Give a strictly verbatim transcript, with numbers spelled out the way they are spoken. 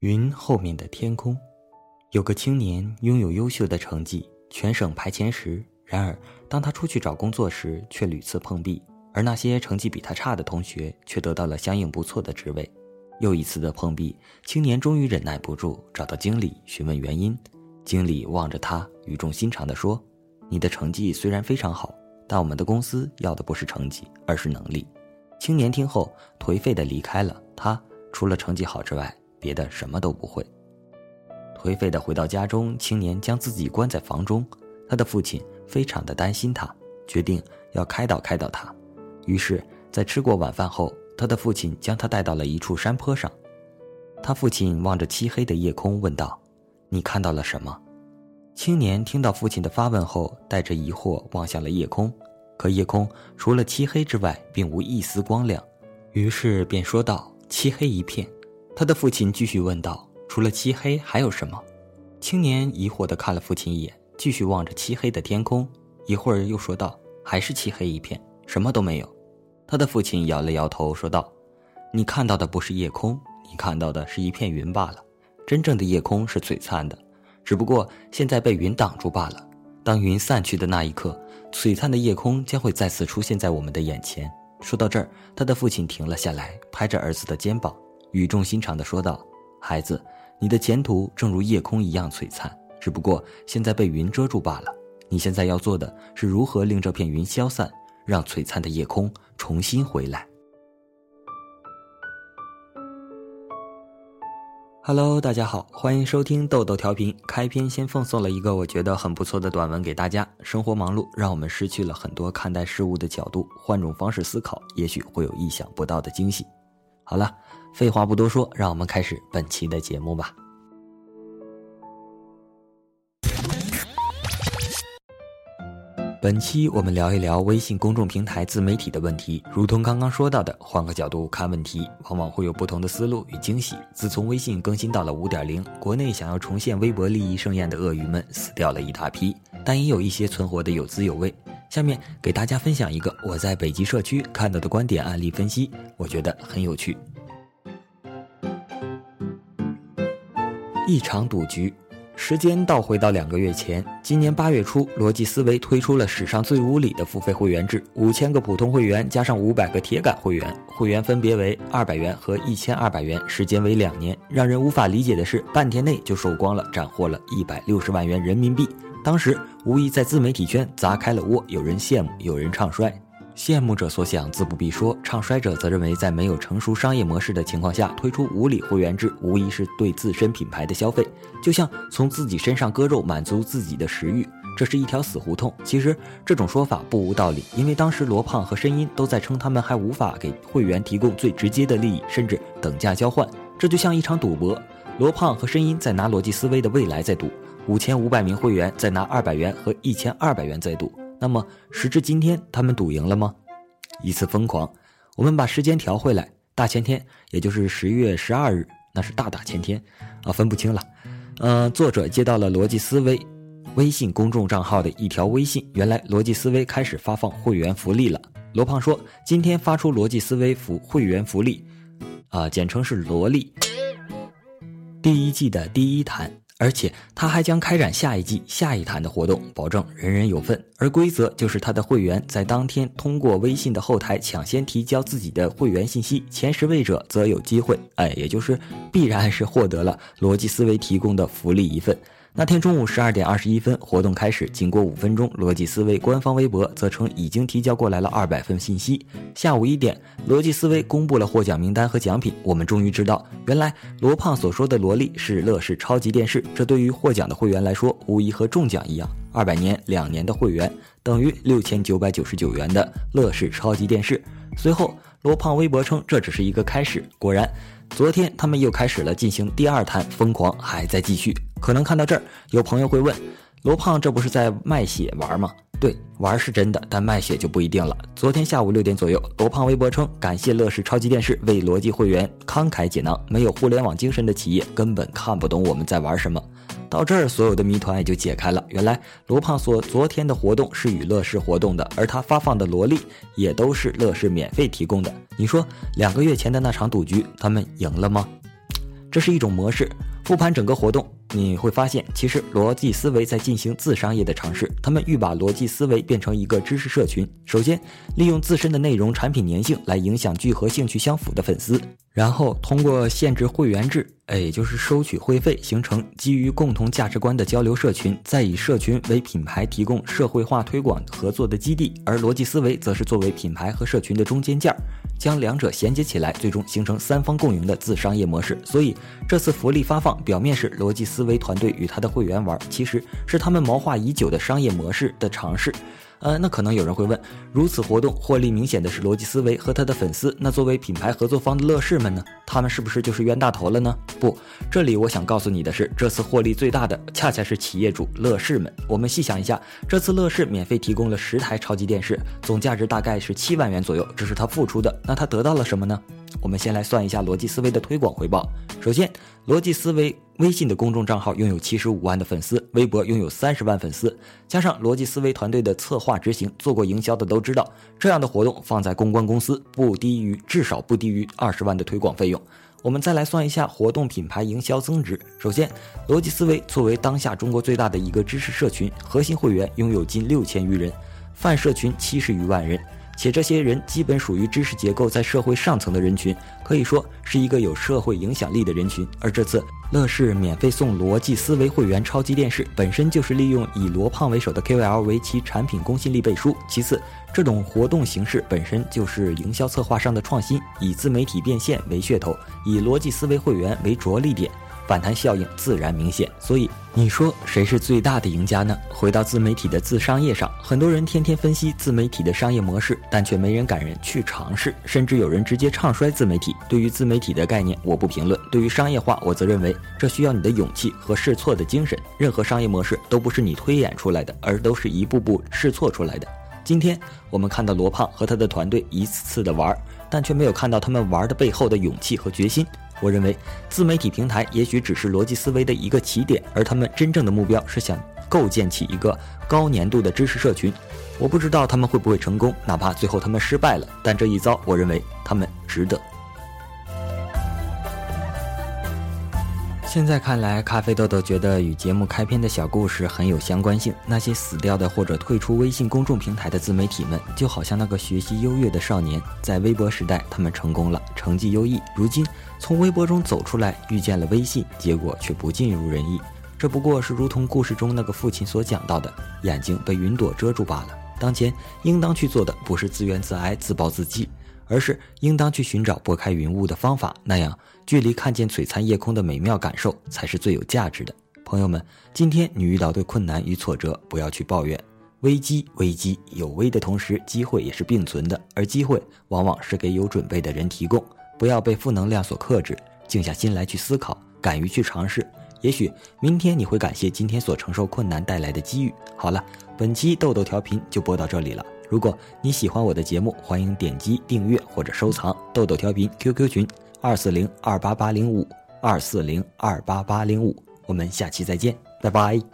云后面的天空，有个青年拥有优秀的成绩，全省排前十，然而当他出去找工作时却屡次碰壁，而那些成绩比他差的同学却得到了相应不错的职位。又一次的碰壁，青年终于忍耐不住，找到经理询问原因。经理望着他，语重心长地说，你的成绩虽然非常好，但我们的公司要的不是成绩，而是能力。青年听后颓废地离开了，他除了成绩好之外别的什么都不会。颓废地回到家中，青年将自己关在房中，他的父亲非常的担心他，决定要开导开导他。于是在吃过晚饭后，他的父亲将他带到了一处山坡上。他父亲望着漆黑的夜空问道，你看到了什么？青年听到父亲的发问后，带着疑惑望向了夜空，可夜空除了漆黑之外并无一丝光亮，于是便说道，漆黑一片。他的父亲继续问道，除了漆黑还有什么？青年疑惑地看了父亲一眼，继续望着漆黑的天空，一会儿又说道，还是漆黑一片，什么都没有。他的父亲摇了摇头说道，你看到的不是夜空，你看到的是一片云罢了。真正的夜空是璀璨的，只不过现在被云挡住罢了。当云散去的那一刻，璀璨的夜空将会再次出现在我们的眼前。说到这儿，他的父亲停了下来，拍着儿子的肩膀，语重心长地说道，孩子，你的前途正如夜空一样璀璨，只不过现在被云遮住罢了。你现在要做的是如何令这片云消散，让璀璨的夜空重新回来。Hello， 大家好，欢迎收听豆豆调频。开篇先奉送了一个我觉得很不错的短文给大家。生活忙碌让我们失去了很多看待事物的角度，换种方式思考，也许会有意想不到的惊喜。好了，废话不多说，让我们开始本期的节目吧。本期我们聊一聊微信公众平台自媒体的问题。如同刚刚说到的，换个角度看问题，往往会有不同的思路与惊喜。自从微信更新到了 五点零， 国内想要重现微博利益盛宴的鳄鱼们死掉了一大批，但也有一些存活的有滋有味。下面给大家分享一个我在北极社区看到的观点案例分析，我觉得很有趣。一场赌局，时间倒回到两个月前，今年八月初，逻辑思维推出了史上最无理的付费会员制，五千个普通会员加上五百个铁杆会员，会员分别为二百元和一千二百元，时间为两年。让人无法理解的是，半天内就售光了，斩获了一百六十万元人民币。当时无疑在自媒体圈砸开了窝，有人羡慕，有人唱衰。羡慕者所想自不必说，唱衰者则认为在没有成熟商业模式的情况下推出无理会员制，无疑是对自身品牌的消费，就像从自己身上割肉满足自己的食欲，这是一条死胡同。其实这种说法不无道理，因为当时罗胖和申音都在称他们还无法给会员提供最直接的利益，甚至等价交换，这就像一场赌博，罗胖和申音在拿逻辑思维的未来在赌，五千五百名会员在拿二百元和一千二百元在赌。那么时至今天，他们赌赢了吗？一次疯狂。我们把时间调回来，大前天，也就是十月十二日，那是大大前天啊，分不清了。呃，作者接到了逻辑思维微信公众账号的一条微信，原来逻辑思维开始发放会员福利了。罗胖说，今天发出逻辑思维福会员福利，啊、呃，简称是萝莉，第一季的第一弹。而且他还将开展下一季下一弹的活动，保证人人有份。而规则就是他的会员在当天通过微信的后台抢先提交自己的会员信息，前十位者则有机会，哎，也就是必然是获得了逻辑思维提供的福利一份。那天中午十二点二十一分，活动开始，经过五分钟，逻辑思维官方微博则称已经提交过来了二百份信息。下午一点，逻辑思维公布了获奖名单和奖品，我们终于知道，原来罗胖所说的萝莉是乐视超级电视，这对于获奖的会员来说，无疑和中奖一样。二百年两年的会员等于六千九百九十九元的乐视超级电视。随后罗胖微博称这只是一个开始，果然昨天他们又开始了进行第二弹，疯狂还在继续。可能看到这儿，有朋友会问，罗胖这不是在卖血玩吗？对，玩是真的，但卖血就不一定了。昨天下午六点左右，罗胖微博称，感谢乐视超级电视为逻辑会员慷慨解囊，没有互联网精神的企业根本看不懂我们在玩什么。到这儿，所有的谜团也就解开了。原来罗胖所昨天的活动是与乐视活动的，而他发放的萝莉也都是乐视免费提供的。你说两个月前的那场赌局，他们赢了吗？ 这是一种模式。复盘整个活动，你会发现其实逻辑思维在进行自商业的尝试，他们欲把逻辑思维变成一个知识社群。首先利用自身的内容产品粘性来影响具和兴趣相符的粉丝，然后通过限制会员制，也就是收取会费，形成基于共同价值观的交流社群，再以社群为品牌提供社会化推广合作的基地，而逻辑思维则是作为品牌和社群的中间件，将两者衔接起来，最终形成三方共赢的自商业模式。所以这次福利发放表面是逻辑思维团队与他的会员玩，其实是他们谋划已久的商业模式的尝试。呃，那可能有人会问，如此活动获利明显的是逻辑思维和他的粉丝，那作为品牌合作方的乐视们呢？他们是不是就是冤大头了呢？不，这里我想告诉你的是，这次获利最大的恰恰是企业主乐视们。我们细想一下，这次乐视免费提供了十台超级电视，总价值大概是七万元左右，这是他付出的，那他得到了什么呢？我们先来算一下逻辑思维的推广回报。首先，逻辑思维微信的公众账号拥有七十五万的粉丝，微博拥有三十万粉丝，加上逻辑思维团队的策划执行，做过营销的都知道，这样的活动放在公关公司不低于至少不低于二十万的推广费用。我们再来算一下活动品牌营销增值。首先，逻辑思维作为当下中国最大的一个知识社群，核心会员拥有近六千余人，泛社群七十余万人，且这些人基本属于知识结构在社会上层的人群，可以说是一个有社会影响力的人群。而这次乐视免费送逻辑思维会员超级电视，本身就是利用以罗胖为首的 K O L 为其产品公信力背书。其次，这种活动形式本身就是营销策划上的创新，以自媒体变现为噱头，以逻辑思维会员为着力点，反弹效应自然明显。所以你说谁是最大的赢家呢？回到自媒体的自商业上，很多人天天分析自媒体的商业模式，但却没人敢人去尝试，甚至有人直接唱衰自媒体。对于自媒体的概念我不评论，对于商业化我则认为这需要你的勇气和试错的精神。任何商业模式都不是你推演出来的，而都是一步步试错出来的。今天我们看到罗胖和他的团队一次次的玩，但却没有看到他们玩的背后的勇气和决心。我认为自媒体平台也许只是逻辑思维的一个起点，而他们真正的目标是想构建起一个高粘度的知识社群。我不知道他们会不会成功，哪怕最后他们失败了，但这一遭我认为他们值得。现在看来，咖啡豆豆觉得与节目开篇的小故事很有相关性。那些死掉的或者退出微信公众平台的自媒体们，就好像那个学习优越的少年，在微博时代他们成功了，成绩优异，如今从微博中走出来，遇见了微信，结果却不尽如人意。这不过是如同故事中那个父亲所讲到的，眼睛被云朵遮住罢了。当前应当去做的不是自怨自哀自暴自弃，而是应当去寻找拨开云雾的方法，那样距离看见璀璨夜空的美妙感受才是最有价值的。朋友们，今天你遇到的困难与挫折，不要去抱怨。危机危机有危的同时，机会也是并存的，而机会往往是给有准备的人提供。不要被负能量所克制，静下心来去思考，敢于去尝试，也许明天你会感谢今天所承受困难带来的机遇。好了，本期豆豆调频就播到这里了。如果你喜欢我的节目，欢迎点击订阅或者收藏。豆豆调频 Q Q 群二四零二八八零五 二四零二八八零五，我们下期再见，拜拜。